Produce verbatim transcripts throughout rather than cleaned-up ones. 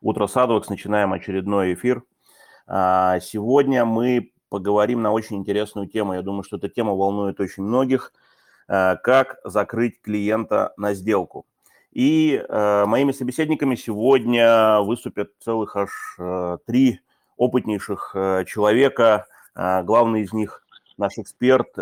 Утро Садовикс. Начинаем очередной эфир. Сегодня мы поговорим на очень интересную тему. Я думаю, что эта тема волнует очень многих. Как закрыть клиента на сделку. И моими собеседниками сегодня выступят целых аж три опытнейших человека. Главный из них наш эксперт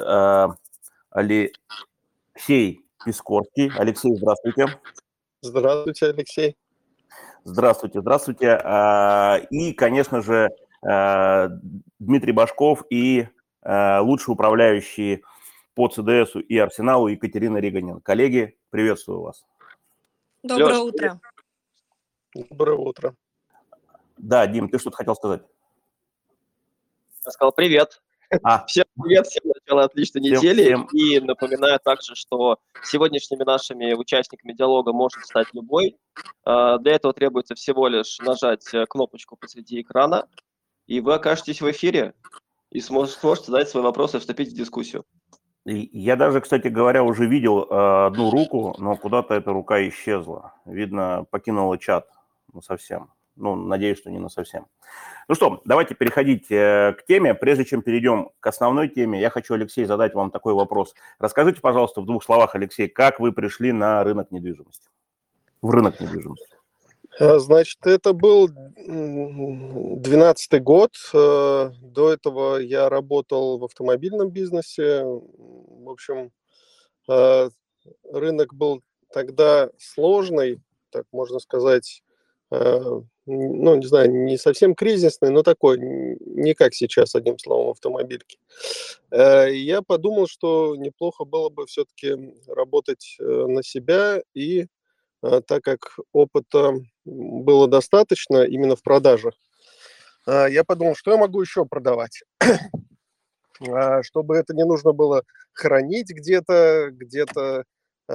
Алексей Пискорский. Алексей, здравствуйте. Здравствуйте, Алексей. Здравствуйте, здравствуйте. И, конечно же, Дмитрий Башков и лучший управляющий по ЦДСу и Арсеналу Екатерина Риганин. Коллеги, приветствую вас. Доброе Леш, утро. Доброе утро. Да, Дим, ты что-то хотел сказать? Я сказал привет. А. Всем привет, всем начало отличной Всем, недели. всем. И напоминаю также, что сегодняшними нашими участниками диалога может стать любой. Для этого требуется всего лишь нажать кнопочку посреди экрана, и вы окажетесь в эфире и сможете, сможете задать свои вопросы и вступить в дискуссию. Я даже, кстати говоря, уже видел одну руку, но куда-то эта рука исчезла. Видно, покинула чат. Ну, совсем. Ну, надеюсь, что не на совсем. Ну что, давайте переходить к теме. Прежде чем перейдем к основной теме, я хочу, Алексей, задать вам такой вопрос. Расскажите, пожалуйста, в двух словах, Алексей, как вы пришли на рынок недвижимости? В рынок недвижимости. Значит, это был двенадцатый год. До этого я работал в автомобильном бизнесе. В общем, рынок был тогда сложный, так можно сказать, ну, не знаю, не совсем кризисный, но такой, не как сейчас, одним словом, автомобильки. Я подумал, что неплохо было бы все-таки работать на себя, и так как опыта было достаточно именно в продажах, я подумал, что я могу еще продавать, чтобы это не нужно было хранить где-то, где-то,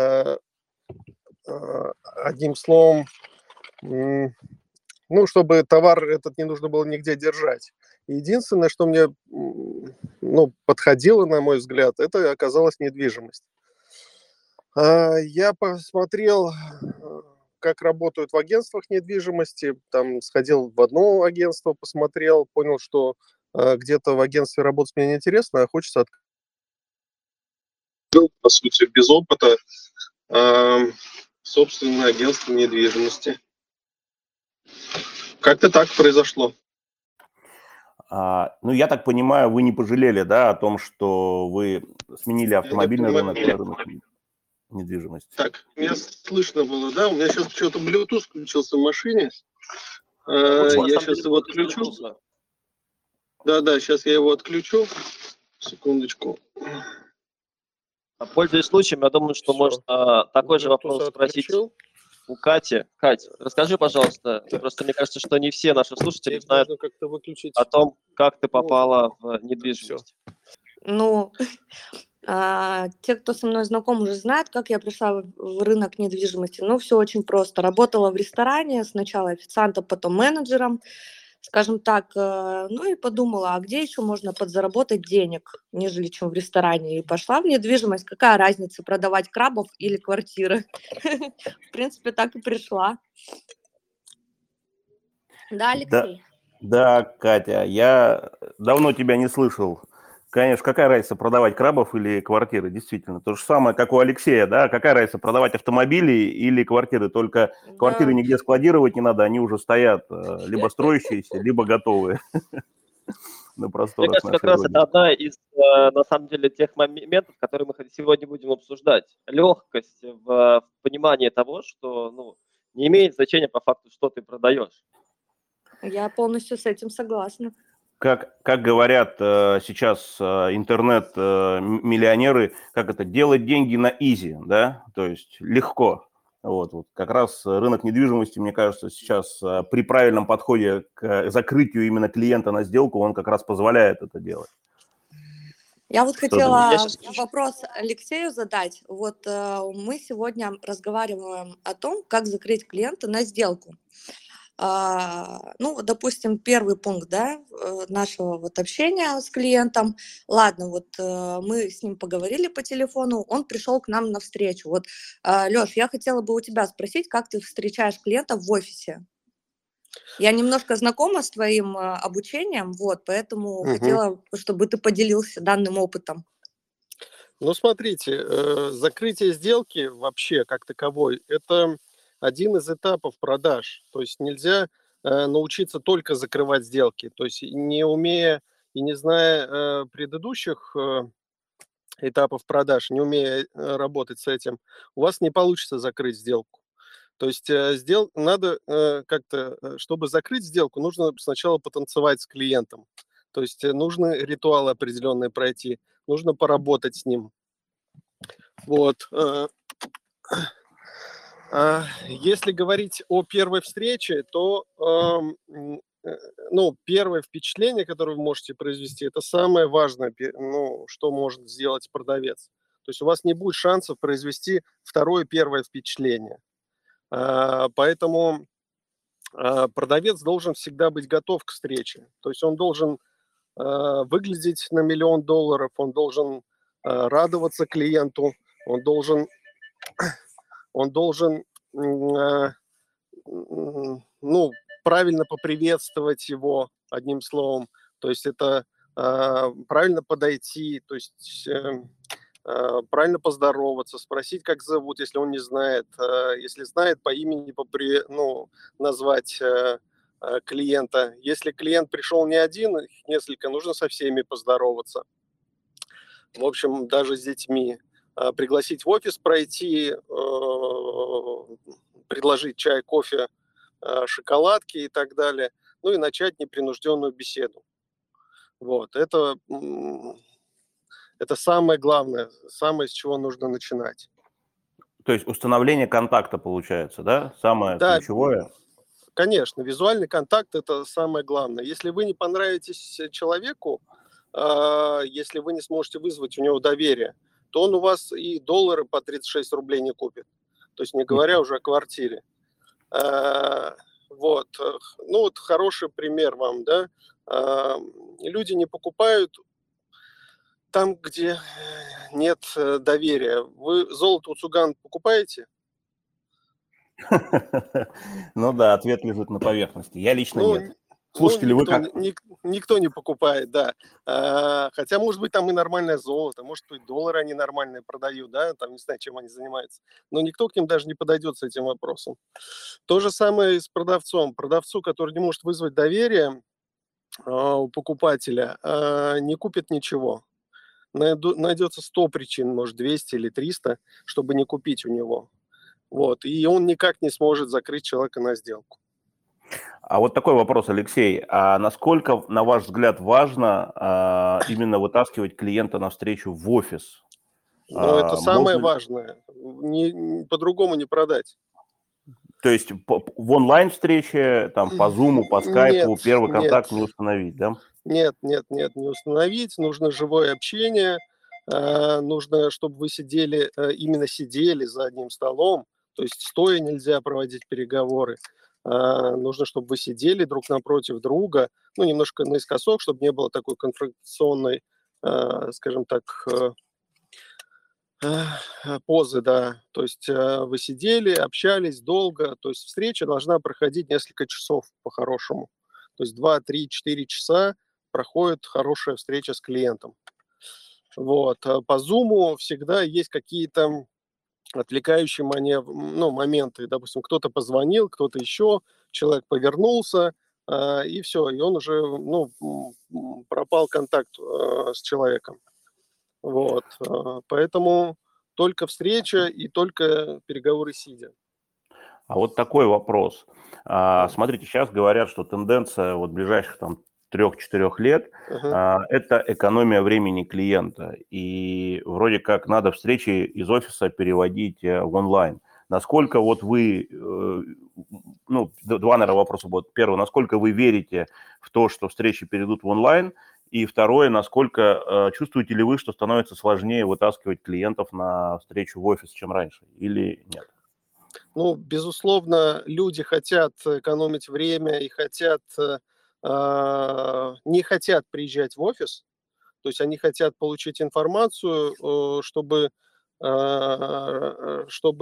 одним словом, ну, чтобы товар этот не нужно было нигде держать. Единственное, что мне, ну, подходило, на мой взгляд, это оказалась недвижимость. Я посмотрел, как работают в агентствах недвижимости, там сходил в одно агентство, посмотрел, понял, что где-то в агентстве работать мне неинтересно, а хочется открыть. Был, по сути, без опыта, собственное агентство недвижимости. Как-то так произошло. А, ну, я так понимаю, вы не пожалели, да, о том, что вы сменили автомобильный рынок на рынок недвижимости? Так, меня слышно было, да? У меня сейчас почему-то Bluetooth включился в машине. А, я сейчас его отключу. Да-да, сейчас я его отключу. Секундочку. Пользуясь случаем, я думаю, что Всё. можно такой же Bluetooth вопрос спросить отключил. у Кати. Кать, расскажи, пожалуйста, просто мне кажется, что не все наши слушатели Здесь знают нужно как-то выключить. о том, как ты попала в недвижимость. Ну, а, те, кто со мной знаком, уже знают, как я пришла в, в рынок недвижимости. Ну, все очень просто. Работала в ресторане, сначала официантом, потом менеджером, скажем так. э, Ну и подумала, а где еще можно подзаработать денег, нежели чем в ресторане. И пошла в недвижимость. Какая разница, продавать крабов или квартиры? В принципе, так и пришла. Да, Алексей? Да, Катя, я давно тебя не слышал. Конечно, какая разница, продавать крабов или квартиры, действительно. То же самое, как у Алексея, да, какая разница, продавать автомобили или квартиры, только квартиры Да. нигде складировать не надо, они уже стоят, э, либо строящиеся, либо готовые на Мне просторах кажется, как нашей раз Родины. это одна из, э, на самом деле, тех моментов, которые мы сегодня будем обсуждать. Легкость в, в понимании того, что, ну, не имеет значения по факту, что ты продаешь. Я полностью с этим согласна. Как, как говорят э, сейчас э, интернет-миллионеры, как это, делать деньги на изи, да, то есть легко. Вот, вот как раз рынок недвижимости, мне кажется, сейчас э, при правильном подходе к закрытию именно клиента на сделку, он как раз позволяет это делать. Я вот Что хотела Я щас- вопрос Алексею задать. Вот э, мы сегодня разговариваем о том, как закрыть клиента на сделку. А, ну, вот, допустим, первый пункт, да, э, нашего вот общения с клиентом. Ладно, вот э, мы с ним поговорили по телефону, он пришел к нам навстречу. Вот, э, Леш, я хотела бы у тебя спросить, как ты встречаешь клиента в офисе? Я немножко знакома с твоим э, обучением, вот, поэтому Мгм. хотела, чтобы ты поделился данным опытом. Ну, смотрите, э, закрытие сделки вообще как таковой – это один из этапов продаж. То есть нельзя э, научиться только закрывать сделки. То есть не умея и не зная э, предыдущих э, этапов продаж, не умея э, работать с этим, у вас не получится закрыть сделку. То есть э, сдел... надо э, как-то, э, чтобы закрыть сделку, нужно сначала потанцевать с клиентом. То есть э, нужно ритуалы определенные пройти, нужно поработать с ним. Вот. э, а, Если говорить о первой встрече, то эм, м, э, ну, первое впечатление, которое вы можете произвести, это самое важное, пе- ну, что может сделать продавец. То есть у вас не будет шансов произвести второе первое впечатление. А, Поэтому а, продавец должен всегда быть готов к встрече. То есть он должен а, выглядеть на миллион долларов, он должен а, радоваться клиенту, он должен, он должен м, а, м, ну, правильно поприветствовать его, одним словом. То есть это а, правильно подойти, то есть э, а, правильно поздороваться, спросить, как зовут, если он не знает. а, Если знает, по имени попри... ну, назвать э, э, клиента. Если клиент пришел не один, их несколько, нужно со всеми поздороваться. В общем, даже с детьми. А, Пригласить в офис пройти, э, предложить чай, кофе, э, шоколадки и так далее. Ну и начать непринужденную беседу. Вот. Это, м, это самое главное, самое, с чего нужно начинать. То есть установление контакта получается, да? Самое Да, ключевое. конечно, визуальный контакт – это самое главное. Если вы не понравитесь человеку, а, если вы не сможете вызвать у него доверие, то он у вас и доллары по тридцать шесть рублей не купит. То есть не говоря уже о квартире. А, Вот. э, Ну вот хороший пример вам, да. А, Люди не покупают там, где э, нет э, доверия. Вы золото у цыган покупаете? Ну да, ответ лежит на поверхности. Я лично Ну, нет. н- ну Слушатели, вы никто, как? не- ник- никто не покупает, да. А, хотя, может быть, там и нормальное золото, может быть, доллары они нормальные продают, да, там не знаю, чем они занимаются. Но никто к ним даже не подойдет с этим вопросом. То же самое и с продавцом. Продавцу, который не может вызвать доверие а, у покупателя, а, не купит ничего. Найду- найдется сто причин, может, двести или триста, чтобы не купить у него. Вот. И он никак не сможет закрыть человека на сделку. А вот такой вопрос, Алексей. А насколько, на ваш взгляд, важно а, именно вытаскивать клиента навстречу в офис? Но это А, самое можно ли- важное. Не, не- по-другому не продать. То есть по- в онлайн-встрече, там, по Zoom, по Нет, Skype первый нет, контакт не установить, да? нет, нет, нет, не установить. Нужно живое общение. э, Нужно, чтобы вы сидели, э, именно сидели за одним столом. То есть стоя нельзя проводить переговоры. Э, Нужно, чтобы вы сидели друг напротив друга. Ну, немножко наискосок, чтобы не было такой конфронтационной, э, скажем так, э, Э, позы, да. То есть э, вы сидели, общались долго. То есть встреча должна проходить несколько часов по-хорошему. То есть два, три, четыре часа проходит хорошая встреча с клиентом. Вот. А по Zoom всегда есть какие-то отвлекающие манев... ну, моменты. Допустим, кто-то позвонил, кто-то еще, человек повернулся, э, и все, и он уже ну, м, пропал контакт э, с человеком. Вот. а, Поэтому только встреча и только переговоры сидя. А вот такой вопрос. А, Да. Смотрите, сейчас говорят, что тенденция вот ближайших там трех-четырех лет Ага. а, это экономия времени клиента. И вроде как надо встречи из офиса переводить э, в онлайн. Насколько вот вы, э, ну, д- два, наверное, вопроса будут. Первый, насколько вы верите в то, что встречи перейдут в онлайн? И второе, насколько э, чувствуете ли вы, что становится сложнее вытаскивать клиентов на встречу в офис, чем раньше, или нет? Ну, безусловно, люди хотят экономить время и хотят, э, а, не хотят приезжать в офис, то есть они хотят получить информацию, э, чтобы, а, чтобы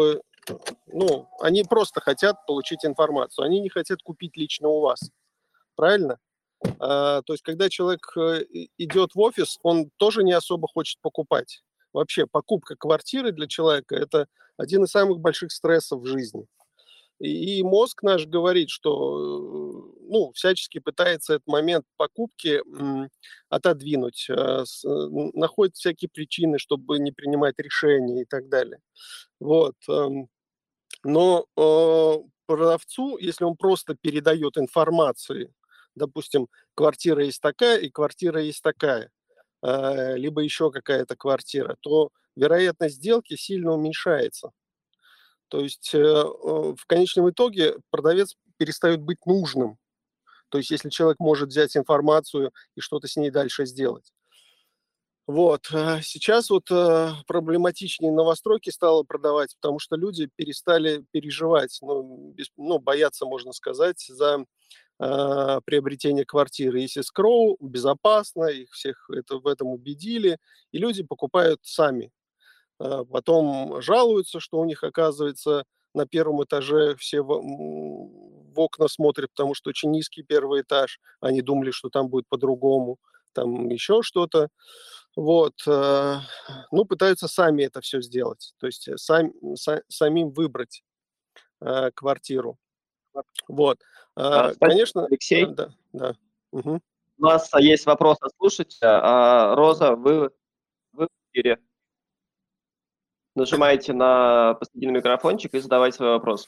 ну, они просто хотят получить информацию, они не хотят купить лично у вас, правильно? А, то есть, когда человек э, и- идет в офис, он тоже не особо хочет покупать. Вообще, покупка квартиры для человека – это один из самых больших стрессов в жизни. И, и мозг наш говорит, что э, ну, всячески пытается этот момент покупки м, отодвинуть, э, с- э, находит всякие причины, чтобы не принимать решения и так далее. Вот. эм, Но э, продавцу, если он просто передает информацию, допустим, квартира есть такая и квартира есть такая, э, либо еще какая-то квартира, то вероятность сделки сильно уменьшается. То есть э, э, в конечном итоге продавец перестает быть нужным. То есть если человек может взять информацию и что-то с ней дальше сделать. Вот. э, Сейчас вот э, проблематичнее новостройки стало продавать, потому что люди перестали переживать, ну, без- ну, бояться, можно сказать, за а, приобретение квартиры. Если скроу, безопасно, их всех это, в этом убедили, и люди покупают сами. А, Потом жалуются, что у них, оказывается, на первом этаже все в, м, в окна смотрят, потому что очень низкий первый этаж. Они думали, что там будет по-другому, там еще что-то. Вот. э, Ну, пытаются сами это все сделать. То есть э, сам, са- самим выбрать э, квартиру. Вот. А, А, Спасибо, Конечно, э, Алексей. да, да. Мгм. У нас а, есть вопрос от слушателя. А, Роза, вы, вы в эфире. Нажимаете на посредине микрофончик и задавайте свой вопрос.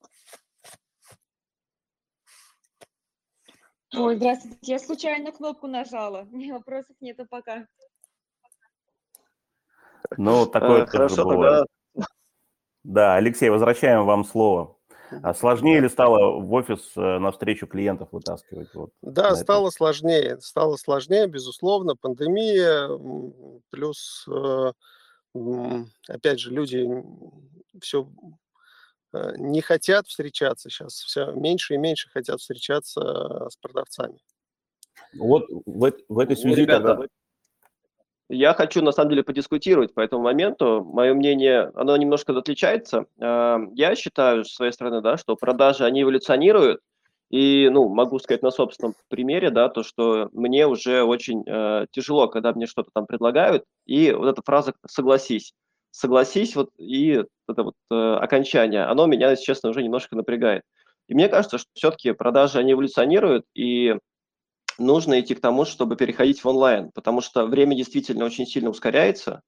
Ой, здравствуйте. Я случайно кнопку нажала. Мне вопросов нету пока. Ну, такое Э, тоже Хорошо, бывает. тогда Да, Алексей, возвращаем вам слово. А сложнее Да. ли стало в офис э, навстречу клиентов вытаскивать? Вот Да, на этом. стало сложнее. Стало сложнее, безусловно. Пандемия, м, плюс, э, м, опять же, люди все не хотят встречаться сейчас. Все меньше и меньше хотят встречаться э, с продавцами. Вот в, эт- в этой Ну, связи ребята, тогда... я хочу на самом деле подискутировать по этому моменту. Мое мнение, оно немножко отличается. Э, Я считаю, с своей стороны, да, что продажи, они эволюционируют. И, ну, могу сказать на собственном примере, да, то, что мне уже очень э, тяжело, когда мне что-то там предлагают. И вот эта фраза «согласись». Согласись, вот, и это вот э, окончание, оно меня, если честно, уже немножко напрягает. И мне кажется, что все-таки продажи, они эволюционируют, и нужно идти к тому, чтобы переходить в онлайн, потому что время действительно очень сильно ускоряется,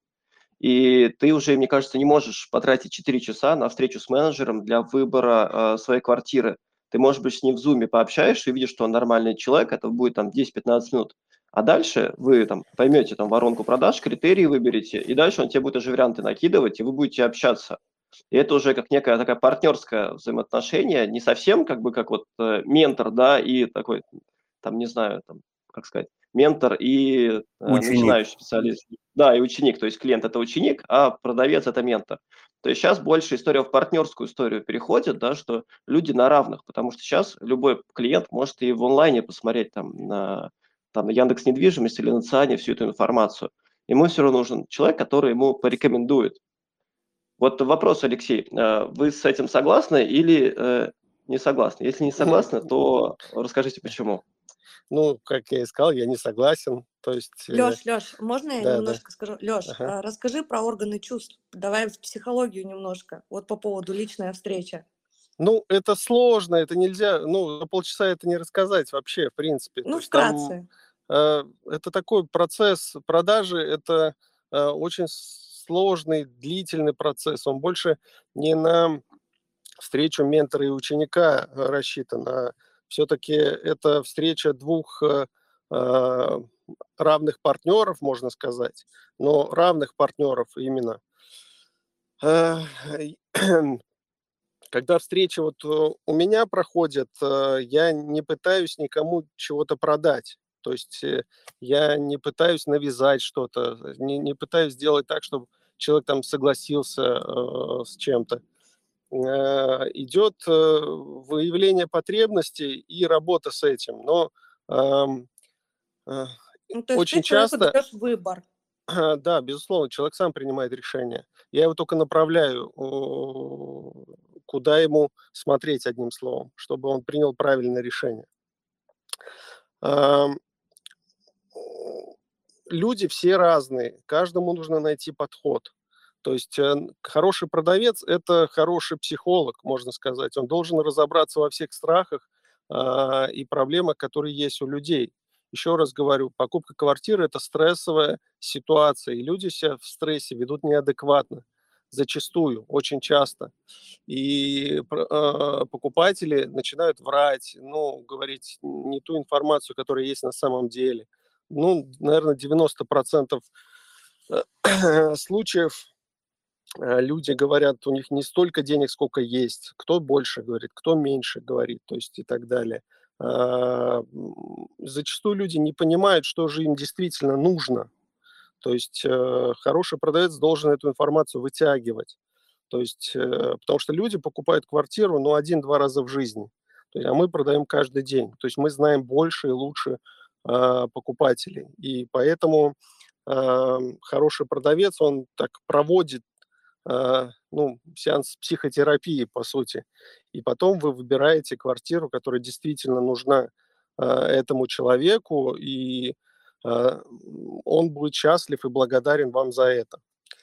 и ты уже, мне кажется, не можешь потратить четыре часа на встречу с менеджером для выбора э, своей квартиры. Ты, может быть, с ним в зуме пообщаешься и видишь, что он нормальный человек, это будет там десять-пятнадцать минут. А дальше вы там поймете там воронку продаж, критерии выберете, и дальше он тебе будет уже варианты накидывать, и вы будете общаться. И это уже как некое такое партнерское взаимоотношение, не совсем как бы как вот э, ментор, да, и такой там, не знаю, там, как сказать, ментор и э, Ученик. начинающий специалист. Да, и ученик, то есть клиент – это ученик, а продавец – это ментор. То есть сейчас больше история в партнерскую историю переходит, да, что люди на равных, потому что сейчас любой клиент может и в онлайне посмотреть там на, там, на Яндекс недвижимость или на Циане всю эту информацию. Ему все равно нужен человек, который ему порекомендует. Вот вопрос, Алексей, э, вы с этим согласны или э, не согласны? Если не согласны, то расскажите, почему. Ну, как я и сказал, я не согласен. То есть, э, Лёш, Лёш, можно я да, да. немножко скажу? Лёш, Ага. а, расскажи про органы чувств. Давай в психологию немножко. Вот по поводу личная встреча. Ну, это сложно, это нельзя, ну, за полчаса это не рассказать вообще, в принципе. То Ну, есть там вкратце. э, это такой процесс продажи, это э, очень сложный, длительный процесс. Он больше не на встречу ментора и ученика э, рассчитан, а все-таки это встреча двух э, э, равных партнеров, можно сказать, но равных партнеров именно. Э, и Когда встреча вот э, у меня проходит, э, я не пытаюсь никому чего-то продать. То есть э, я не пытаюсь навязать что-то, э, не, не пытаюсь сделать так, чтобы человек там согласился э, с чем-то. Э, идет э, выявление потребностей и работа с этим. Но ам, э, Ну, то есть ты очень человеку часто, даешь выбор. Да, безусловно, человек сам принимает решение. Я его только направляю, куда ему смотреть, одним словом, чтобы он принял правильное решение. Ам, Люди все разные, каждому нужно найти подход. То есть э, хороший продавец– это хороший психолог, можно сказать. Он должен разобраться во всех страхах а, и проблемах, которые есть у людей. Еще раз говорю, покупка квартиры– это стрессовая ситуация, и люди себя в стрессе ведут неадекватно, зачастую, очень часто. И пр- а, покупатели начинают врать, ну, говорить не ту информацию, которая есть на самом деле. Ну, наверное, девяносто процентов э, случаев э, люди говорят, у них не столько денег, сколько есть. Кто больше говорит, кто меньше говорит, то есть и так далее. А, м, Зачастую люди не понимают, что же им действительно нужно. То есть э, хороший продавец должен эту информацию вытягивать. То есть, э, потому что люди покупают квартиру, ну, один-два раза в жизни. То есть, а мы продаем каждый день. То есть мы знаем больше и лучше а, покупателей. И поэтому а, хороший продавец, он так проводит а, ну, сеанс психотерапии, по сути. И потом вы выбираете квартиру, которая действительно нужна а, этому человеку, и а, он будет счастлив и благодарен вам за это.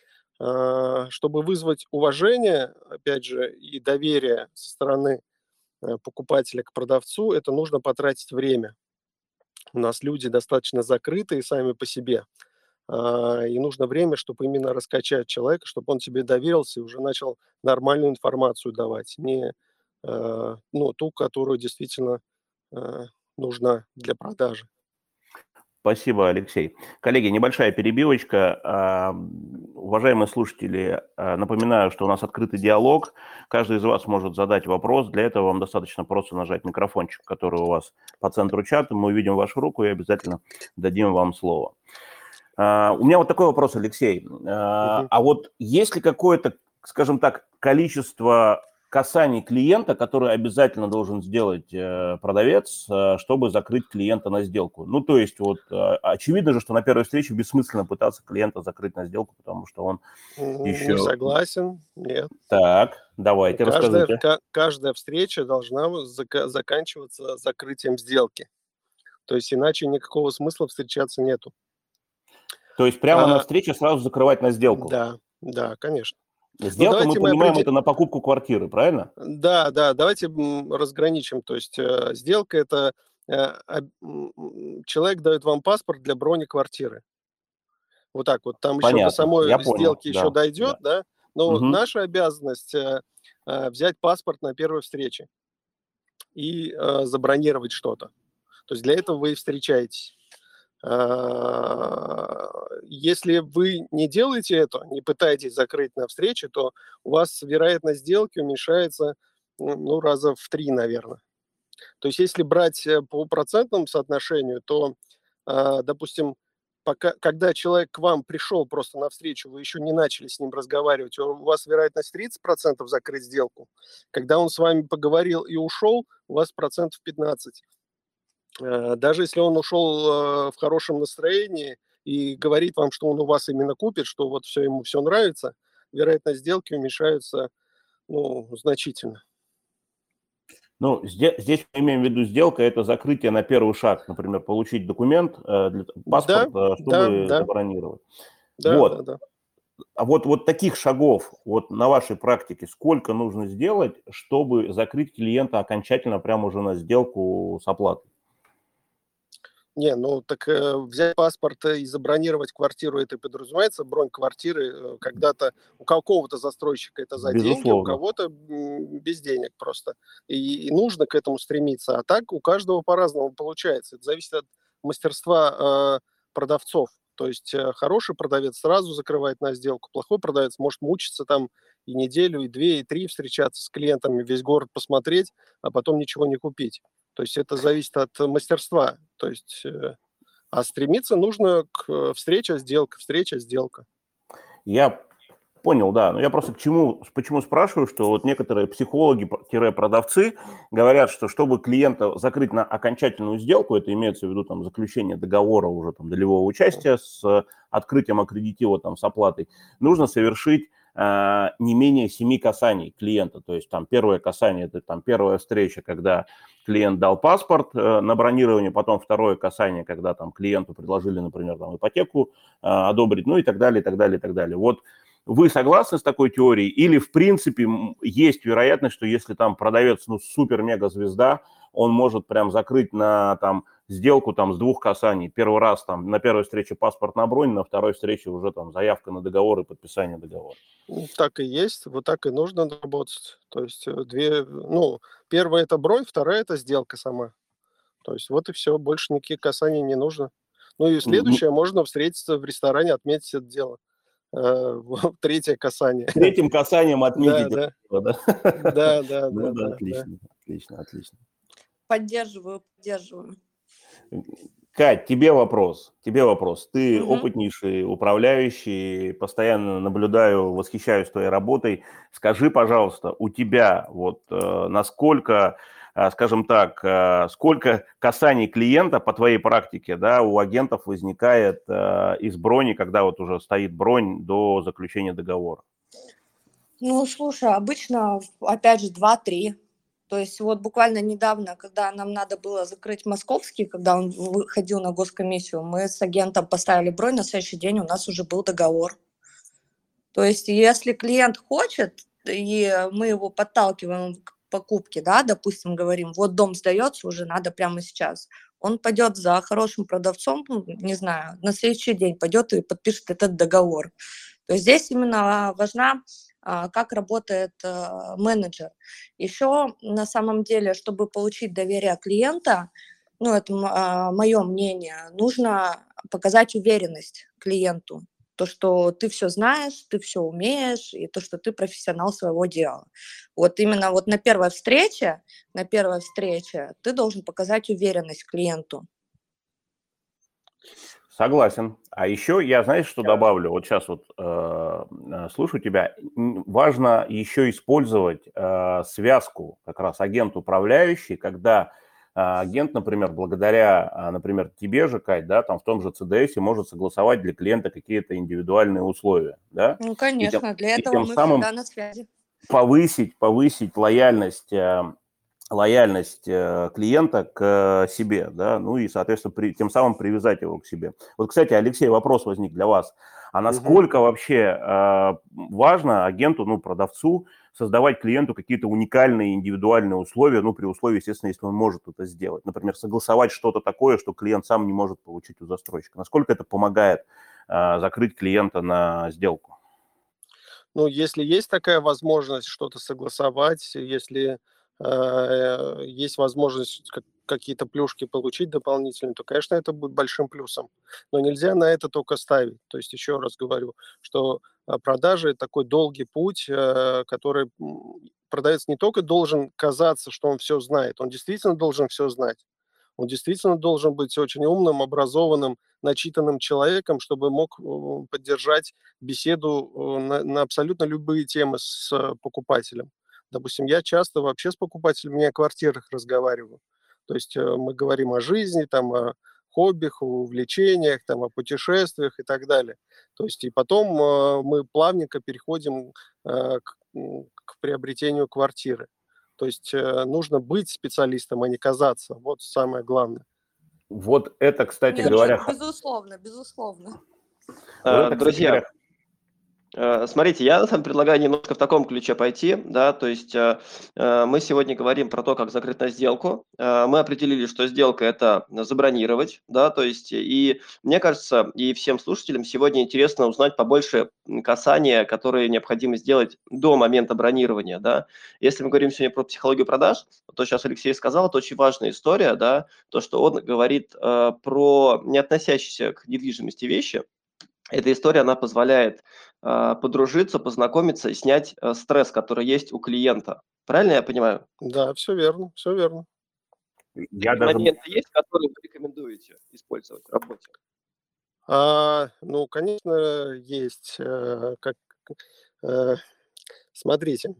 А, Чтобы вызвать уважение, опять же, и доверие со стороны э, покупателя к продавцу, это нужно потратить время. У нас люди достаточно закрытые сами по себе, а, и нужно время, чтобы именно раскачать человека, чтобы он тебе доверился и уже начал нормальную информацию давать, не э, ну, ту, которую действительно э, нужна для продажи. Спасибо, Алексей. Коллеги, небольшая перебивочка. А, Уважаемые слушатели, а, напоминаю, что у нас открытый диалог. Каждый из вас может задать вопрос. Для этого вам достаточно просто нажать микрофончик, который у вас по центру чата. Мы увидим вашу руку и обязательно дадим вам слово. А, У меня вот такой вопрос, Алексей. А Мгм. а вот есть ли какое-то, скажем так, количество касаний клиента, которое обязательно должен сделать э, продавец, э, чтобы закрыть клиента на сделку? Ну, то есть вот э, очевидно же, что на первой встрече бессмысленно пытаться клиента закрыть на сделку, потому что он М, Не еще... согласен, нет. Так, давайте, Каждая, расскажите. ка- каждая встреча должна в- зака- заканчиваться закрытием сделки. То есть иначе никакого смысла встречаться нету. То есть прямо на А, встрече сразу закрывать на сделку? да, да, конечно. Ну, Сделка, мы давайте мы понимаем, определим. это на покупку квартиры, правильно? Да, да, давайте м, разграничим. То есть э, сделка это э, об- м, м, человек дает вам паспорт для брони квартиры. Вот так вот. Там еще до Понятно, я самой понял, сделки еще да, дойдет, да. да. Но Мгм. наша обязанность э, э, взять паспорт на первой встрече и э, забронировать что-то. То есть для этого вы и встречаетесь. А, Если вы не делаете это, не пытаетесь закрыть на встрече, то у вас вероятность сделки уменьшается м, ну, раза в три, наверное. То есть если брать э, по процентному соотношению, то, а, допустим, пока, когда человек к вам пришел просто на встречу, вы еще не начали с ним разговаривать, у вас вероятность тридцать процентов закрыть сделку. Когда он с вами поговорил и ушел, у вас процентов пятнадцать. Э, Даже если он ушел э, в хорошем настроении и говорит вам, что он у вас именно купит, что вот все ему все нравится, вероятность сделки уменьшается, ну, значительно. Ну, зде- здесь мы имеем в виду сделка, это закрытие на первый шаг, например, получить документ, э, для- Да, паспорт, э, да, чтобы да, забронировать. да, да, Вот. да. А вот, вот таких шагов вот на вашей практике сколько нужно сделать, чтобы закрыть клиента окончательно прямо уже на сделку с оплатой? Не, ну так э, взять паспорт и забронировать квартиру, это и подразумевается бронь квартиры э, когда-то у какого-то застройщика это за деньги, у Безусловно. кого-то м, без денег просто. И, и нужно к этому стремиться. А так у каждого по-разному получается. Это зависит от мастерства э, продавцов. То есть э, хороший продавец сразу закрывает на сделку, плохой продавец может мучиться там и неделю, и две, и три встречаться с клиентами, весь город посмотреть, а потом ничего не купить. То есть это зависит от мастерства. То есть, э, а стремиться нужно к э, встреча, сделка, встреча, сделка. Я Понял, да. Но я просто к чему, почему спрашиваю, что вот некоторые психологи-продавцы говорят, что чтобы клиента закрыть на окончательную сделку, это имеется в виду там заключение договора уже там долевого участия с открытием аккредитива там с оплатой, нужно совершить э, не менее семи касаний клиента. То есть там первое касание – это там первая встреча, когда клиент дал паспорт э, на бронирование, потом второе касание, когда там клиенту предложили, например, там ипотеку э, одобрить, ну и так далее, и так далее, и так далее. Вот вы согласны с такой теорией? Или, в принципе, есть вероятность, что если там продавец, ну, супер-мега-звезда, он может прям закрыть на там сделку там с двух касаний. Первый раз там на первой встрече паспорт на бронь, на второй встрече уже там заявка на договор и подписание договора. Так и есть, вот так и нужно работать. То есть две, ну, первая это бронь, вторая это сделка сама. То есть вот и все, больше никаких касаний не нужно. Ну и следующее, можно встретиться в ресторане, отметить это дело. Третье касание. Третьим касанием отметить. Да, да. да. Да, да, Ну да, да, да, отлично, отлично, отлично. Поддерживаю, поддерживаю. Кать, тебе вопрос, тебе вопрос. Ты Мгм. опытнейший управляющий, постоянно наблюдаю, восхищаюсь твоей работой. Скажи, пожалуйста, у тебя вот э, насколько, э, скажем так, э, сколько касаний клиента по твоей практике, да, у агентов возникает э, из брони, когда вот уже стоит бронь до заключения договора? Ну, слушай, обычно, опять же, два-три. То есть вот буквально недавно, когда нам надо было закрыть московский, когда он выходил на госкомиссию, мы с агентом поставили бронь, на следующий день у нас уже был договор. То есть если клиент хочет, и мы его подталкиваем к покупке, да, допустим, говорим, вот дом сдается, уже надо прямо сейчас, он пойдет за хорошим продавцом, ну, не знаю, на следующий день пойдет и подпишет этот договор. То есть здесь именно важна, как работает менеджер. Еще на самом деле, чтобы получить доверие клиента, ну, это мое мнение, нужно показать уверенность клиенту. То, что ты все знаешь, ты все умеешь, и то, что ты профессионал своего дела. Вот именно вот на первой встрече, на первой встрече ты должен показать уверенность клиенту. Согласен. А еще я, знаешь, что добавлю? Вот сейчас вот э, слушаю тебя. Важно еще использовать э, связку как раз агент-управляющий, когда э, агент, например, благодаря, например, тебе же, Кать, да, там в том же ЦДС может согласовать для клиента какие-то индивидуальные условия, да? Ну, конечно, и тем, для этого и тем мы самым всегда на связи. Повысить, повысить лояльность э, лояльность клиента к себе, да, ну и, соответственно, при, тем самым привязать его к себе. Вот, кстати, Алексей, вопрос возник для вас. А насколько угу. вообще э, важно агенту, ну, продавцу создавать клиенту какие-то уникальные индивидуальные условия, ну, при условии, естественно, если он может это сделать. Например, согласовать что-то такое, что клиент сам не может получить у застройщика. Насколько это помогает э, закрыть клиента на сделку? Ну, если есть такая возможность что-то согласовать, если э, есть возможность как, какие-то плюшки получить дополнительные, то, конечно, это будет большим плюсом. Но нельзя на это только ставить. То есть, еще раз говорю, что продажи – это такой долгий путь, э, который продавец не только должен казаться, что он все знает, он действительно должен все знать. Он действительно должен быть очень умным, образованным, начитанным человеком, чтобы мог поддержать беседу на, на абсолютно любые темы с покупателем. Допустим, я часто вообще с покупателями о квартирах разговариваю. То есть мы говорим о жизни, там, о хоббих, о увлечениях, там, о путешествиях и так далее. То есть и потом мы плавненько переходим к, к приобретению квартиры. То есть э, нужно быть специалистом, а не казаться. Вот самое главное. Вот это, кстати Нет, говоря... Безусловно, безусловно. Вот это, Друзья, кстати говоря... смотрите, я на самом деле предлагаю немножко в таком ключе пойти, да, то есть мы сегодня говорим про то, как закрыть на сделку. Мы определили, что сделка – это забронировать, да, то есть и мне кажется, и всем слушателям сегодня интересно узнать побольше касания, которые необходимо сделать до момента бронирования, да. Если мы говорим сегодня про психологию продаж, то сейчас Алексей сказал, это очень важная история, да, то, что он говорит про не относящиеся к недвижимости вещи. Эта история, она позволяет э, подружиться, познакомиться и снять э, стресс, который есть у клиента. Правильно я понимаю? Да, все верно, все верно. Я Какие даже... моменты есть, которые вы рекомендуете использовать в работе? А, ну, конечно, есть. Как, Э, Смотрите,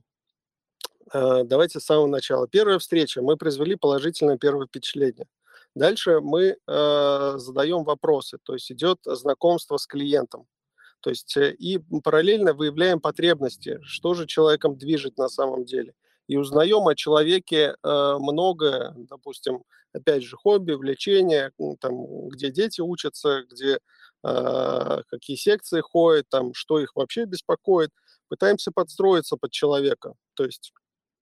э, давайте с самого начала. Первая встреча. Мы произвели положительное первое впечатление. Дальше мы э, задаем вопросы, то есть идет знакомство с клиентом. То есть э, и параллельно выявляем потребности, что же человеком движет на самом деле. И узнаем о человеке э, многое, допустим, опять же, хобби, увлечения, ну, там, где дети учатся, где э, какие секции ходят, там, что их вообще беспокоит. Пытаемся подстроиться под человека. То есть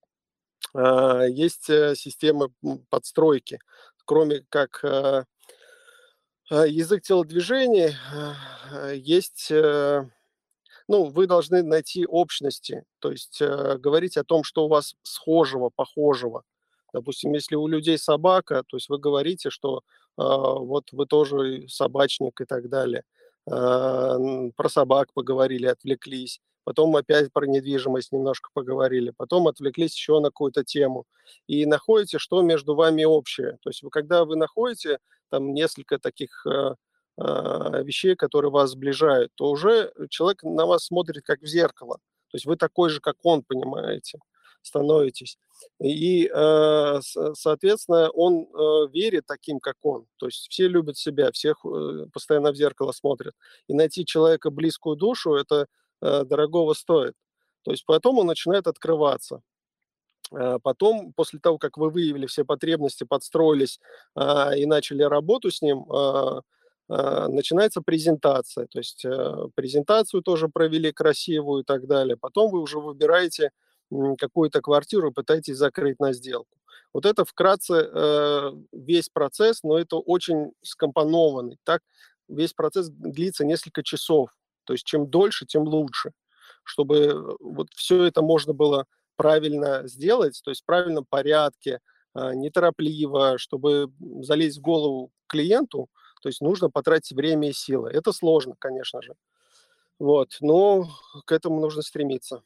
э, есть э, системы м, подстройки, кроме как э, э, язык телодвижений, э, есть э, ну, вы должны найти общности, то есть э, говорить о том, что у вас схожего, похожего. Допустим, если у людей собака, то есть вы говорите, что э, вот вы тоже и собачник и так далее. Э, н- про собак поговорили, отвлеклись. Потом опять про недвижимость немножко поговорили. Потом отвлеклись еще на какую-то тему. И находите, что между вами общее. То есть вы, когда вы находите там несколько таких э, а, вещей, которые вас сближают, то уже человек на вас смотрит как в зеркало. То есть вы такой же, как он, понимаете, становитесь. И, э, с- соответственно, он э, верит таким, как он. То есть все любят себя, всех э, постоянно в зеркало смотрят. И найти человека близкую душу, это э, дорогого стоит. То есть потом он начинает открываться. Э, Потом, после того, как вы выявили все потребности, подстроились а, и начали работу с ним, а, а, начинается презентация. То есть э, презентацию тоже провели красивую и так далее. Потом вы уже выбираете м, какую-то квартиру и пытаетесь закрыть на сделку. Вот это вкратце э, весь процесс, но это очень скомпонованный. Так весь процесс длится несколько часов. То есть чем дольше, тем лучше, чтобы э, вот все это можно было правильно сделать, то есть в правильном порядке, а, неторопливо, чтобы залезть в голову клиенту, то есть нужно потратить время и силы. Это сложно, конечно же. Вот, но к этому нужно стремиться.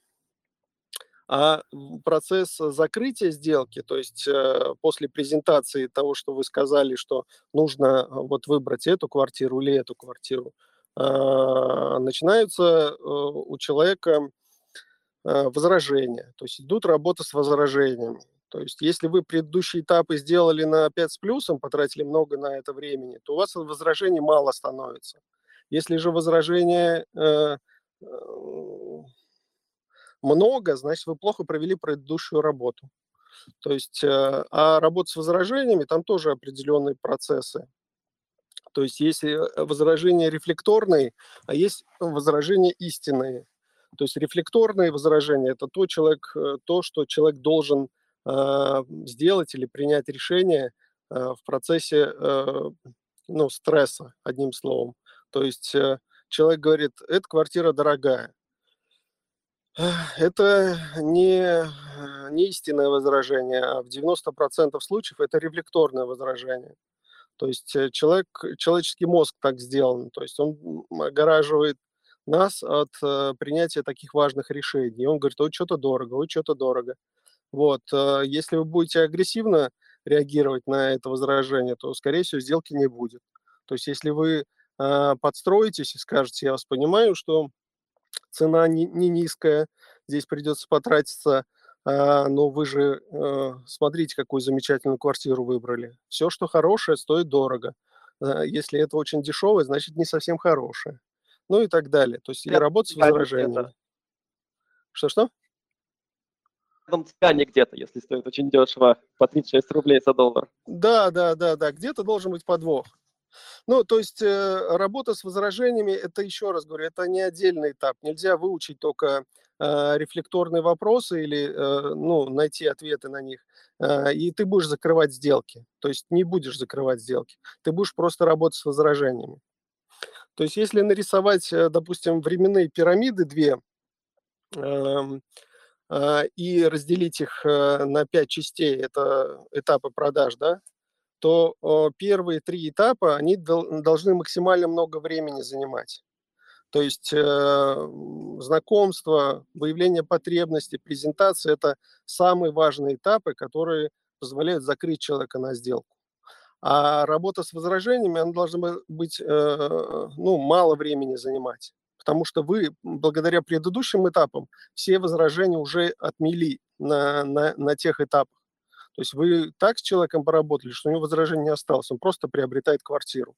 А м, процесс закрытия сделки, то есть э, после презентации того, что вы сказали, что нужно э, вот выбрать эту квартиру или эту квартиру, а, начинаются э, у человека э, возражения, то есть идут работы с возражениями. То есть если вы предыдущие этапы сделали на пять с плюсом, потратили много на это времени, то у вас возражений мало становится. Если же возражения э, э, много, значит, вы плохо провели предыдущую работу. То есть, э, а работа с возражениями, там тоже определенные процессы. То есть есть э, возражения рефлекторные, а есть возражения истинные. То есть рефлекторные возражения – это то, человек, э, то, что человек должен э, сделать или принять решение э, в процессе э, ну, стресса, одним словом. То есть э, человек говорит, эта квартира дорогая. Это не, э, не истинное возражение, а в девяноста процентах случаев это рефлекторное возражение. То есть э, человек, человеческий мозг так сделан, то есть он м, огораживает нас от э, принятия таких важных решений. И он говорит, ой, что-то дорого, ой, что-то дорого. Вот, э, если вы будете агрессивно реагировать на это возражение, то, скорее всего, сделки не будет. То есть если вы э, подстроитесь и скажете, я вас понимаю, что цена не, не низкая, здесь придется потратиться, а, но вы же э, смотрите, какую замечательную квартиру выбрали. Все, что хорошее, стоит дорого. А, Если это очень дешевое, значит не совсем хорошее. Ну и так далее. То есть и Рядом работать с с Яней где-то. возражениями. Что-что? Рядом с Яней где-то, если стоит очень дешево, по тридцать шесть рублей за доллар. Да, да, да, да. Где-то должен быть подвох. Ну, то есть э, работа с возражениями, это еще раз говорю, это не отдельный этап. Нельзя выучить только э, рефлекторные вопросы или э, ну, найти ответы на них, э, и ты будешь закрывать сделки. То есть не будешь закрывать сделки. Ты будешь просто работать с возражениями. То есть если нарисовать, э, допустим, временные пирамиды две эм, э, и разделить их э, на пять частей, это этапы продаж, да, то э, первые три этапа, они дол- должны максимально много времени занимать. То есть э, м, знакомство, выявление потребностей, презентация – это самые важные этапы, которые позволяют закрыть человека на сделку. А работа с возражениями, она должна бы быть, э, ну, мало времени занимать. потому что вы благодаря предыдущим этапам все возражения уже отмели на, на, на тех этапах. То есть вы так с человеком поработали, что у него возражений не осталось, он просто приобретает квартиру.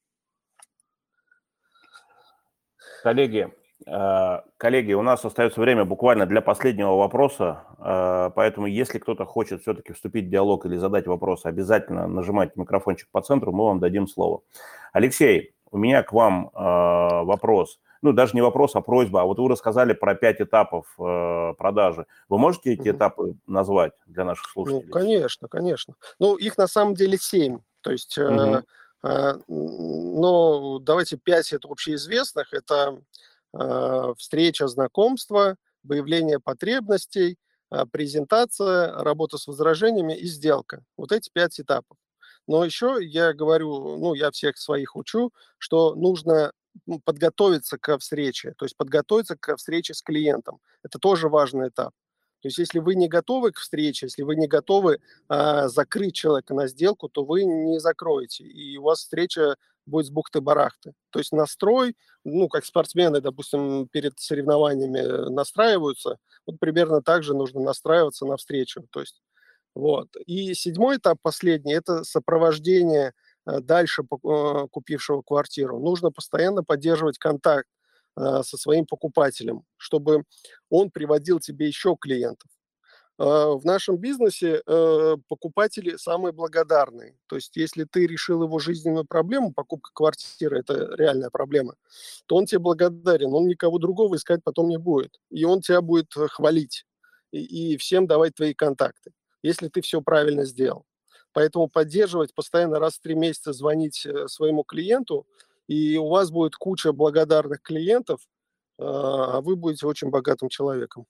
Коллеги, э, коллеги, у нас остается время буквально для последнего вопроса, э, поэтому если кто-то хочет все-таки вступить в диалог или задать вопрос, обязательно нажимайте микрофончик по центру, мы вам дадим слово. Алексей, у меня к вам э, вопрос. Ну, даже не вопрос, а просьба. А вот вы рассказали про пять этапов э, продажи. Вы можете эти Мгм. этапы назвать для наших Ну, слушателей? конечно, конечно. Ну, их на самом деле семь. То есть, э, Мгм. э, м, но давайте пять это общеизвестных. Это э, встреча, знакомство, выявление потребностей, э, презентация, работа с возражениями и сделка. Вот эти пять этапов. Но еще я говорю, ну, я всех своих учу, что нужно м, подготовиться ко встрече, то есть подготовиться ко встрече с клиентом. Это тоже важный этап. То есть если вы не готовы к встрече, если вы не готовы а, закрыть человека на сделку, то вы не закроете, и у вас встреча будет с бухты-барахты. То есть настрой, ну, как спортсмены, допустим, перед соревнованиями э, настраиваются, вот примерно так же нужно настраиваться на встречу. То есть вот. И седьмой этап, последний, это сопровождение э, дальше пок- э, купившего квартиру. Нужно постоянно поддерживать контакт э, со своим покупателем, чтобы он приводил тебе еще клиентов. Э, В нашем бизнесе э, покупатели самые благодарные. То есть, если ты решил его жизненную проблему, покупка квартиры – это реальная проблема, то он тебе благодарен, он никого другого искать потом не будет. И он тебя будет э, хвалить и, и всем давать твои контакты, если ты все правильно сделал. Поэтому поддерживать, постоянно раз в три месяца звонить э, своему клиенту, и у вас будет куча благодарных клиентов, э, а вы будете очень богатым человеком.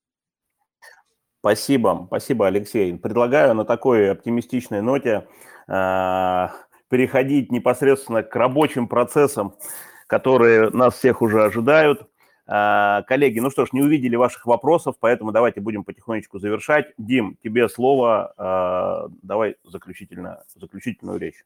Спасибо, спасибо, Алексей. Предлагаю на такой оптимистичной ноте э, переходить непосредственно к рабочим процессам, которые нас всех уже ожидают. Э, коллеги, ну что ж, не увидели ваших вопросов, поэтому давайте будем потихонечку завершать. Дим, тебе слово. Э, давай заключительно, заключительную речь.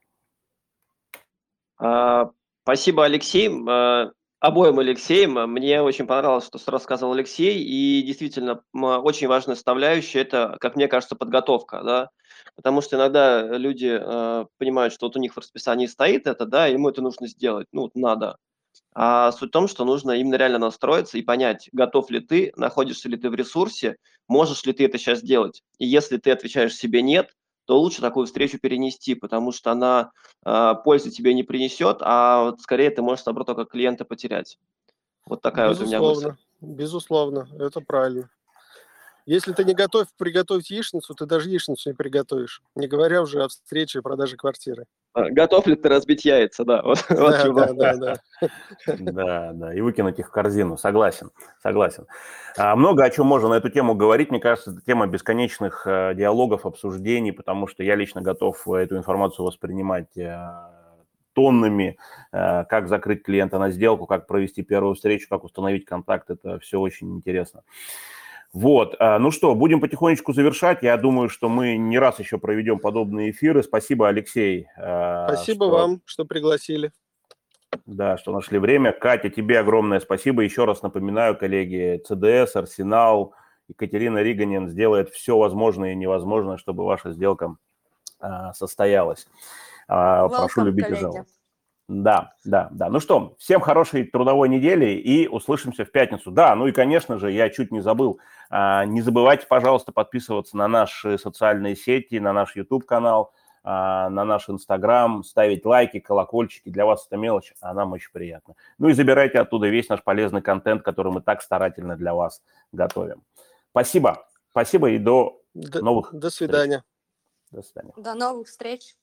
А, Спасибо, Алексей. А, Обоим Алексеям. Мне очень понравилось, что рассказывал Алексей. И действительно, м, очень важная составляющая – это, как мне кажется, подготовка. Да? Потому что иногда люди э, понимают, что вот у них в расписании стоит это, да, ему это нужно сделать. Ну, вот надо. А суть в том, что нужно именно реально настроиться и понять, готов ли ты, находишься ли ты в ресурсе, можешь ли ты это сейчас делать. И если ты отвечаешь себе «нет», то лучше такую встречу перенести, потому что она э, пользы тебе не принесет, а вот скорее ты можешь, наоборот, только клиента потерять. Вот такая вот у меня мысль. Безусловно, безусловно, это правильно. Если ты не готов приготовить яичницу, ты даже яичницу не приготовишь, не говоря уже о встрече и продаже квартиры. А, Готов ли ты разбить яйца, да, вот, вот Да, чего. да, да, да. Да, да, и выкинуть их в корзину. Согласен, согласен. А, много о чем можно на эту тему говорить. Мне кажется, это тема бесконечных э, диалогов, обсуждений, потому что я лично готов эту информацию воспринимать э, тоннами. Э, как закрыть клиента на сделку, как провести первую встречу, как установить контакт. Это все очень интересно. Вот, а, ну что, будем потихонечку завершать. Я думаю, что мы не раз еще проведем подобные эфиры. Спасибо, Алексей. э, Спасибо что... вам, что пригласили. Да, что нашли время. Катя, тебе огромное спасибо. Еще раз напоминаю, коллеги, ЦДС, Арсенал, Екатерина Риганин сделает все возможное и невозможное, чтобы ваша сделка а, состоялась. А, прошу Welcome, любить и коллеги. жаловать. Да, да, да. Ну что, всем хорошей трудовой недели и услышимся в пятницу. Да, ну и, конечно же, я чуть не забыл. А, не забывайте, пожалуйста, подписываться на наши социальные сети, на наш YouTube-канал, на наш Инстаграм, ставить лайки, колокольчики. Для вас это мелочь, а нам очень приятно. Ну и забирайте оттуда весь наш полезный контент, который мы так старательно для вас готовим. Спасибо. Спасибо и до До, новых до встреч. свидания. До свидания. До новых встреч.